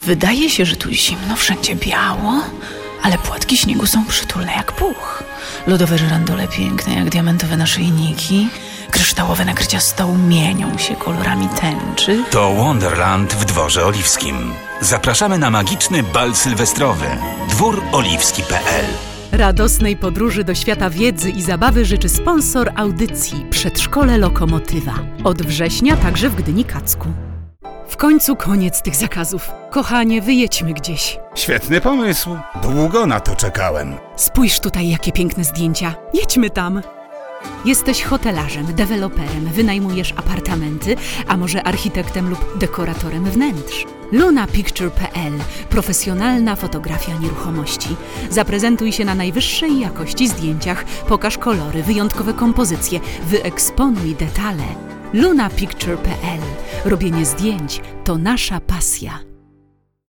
Wydaje się, że tu zimno, wszędzie biało, ale płatki śniegu są przytulne jak puch. Lodowe żyrandole piękne jak diamentowe naszyjniki. Kryształowe nakrycia stołu mienią się kolorami tęczy. To Wonderland w Dworze Oliwskim. Zapraszamy na magiczny bal sylwestrowy. dwóroliwski.pl. Radosnej podróży do świata wiedzy i zabawy życzy sponsor audycji Przedszkole Lokomotywa. Od września także w Gdyni-Kacku. W końcu koniec tych zakazów. Kochanie, wyjedźmy gdzieś. Świetny pomysł. Długo na to czekałem. Spójrz tutaj, jakie piękne zdjęcia. Jedźmy tam. Jesteś hotelarzem, deweloperem, wynajmujesz apartamenty, a może architektem lub dekoratorem wnętrz. LunaPicture.pl. Profesjonalna fotografia nieruchomości. Zaprezentuj się na najwyższej jakości zdjęciach, pokaż kolory, wyjątkowe kompozycje, wyeksponuj detale. LunaPicture.pl. Robienie zdjęć to nasza pasja.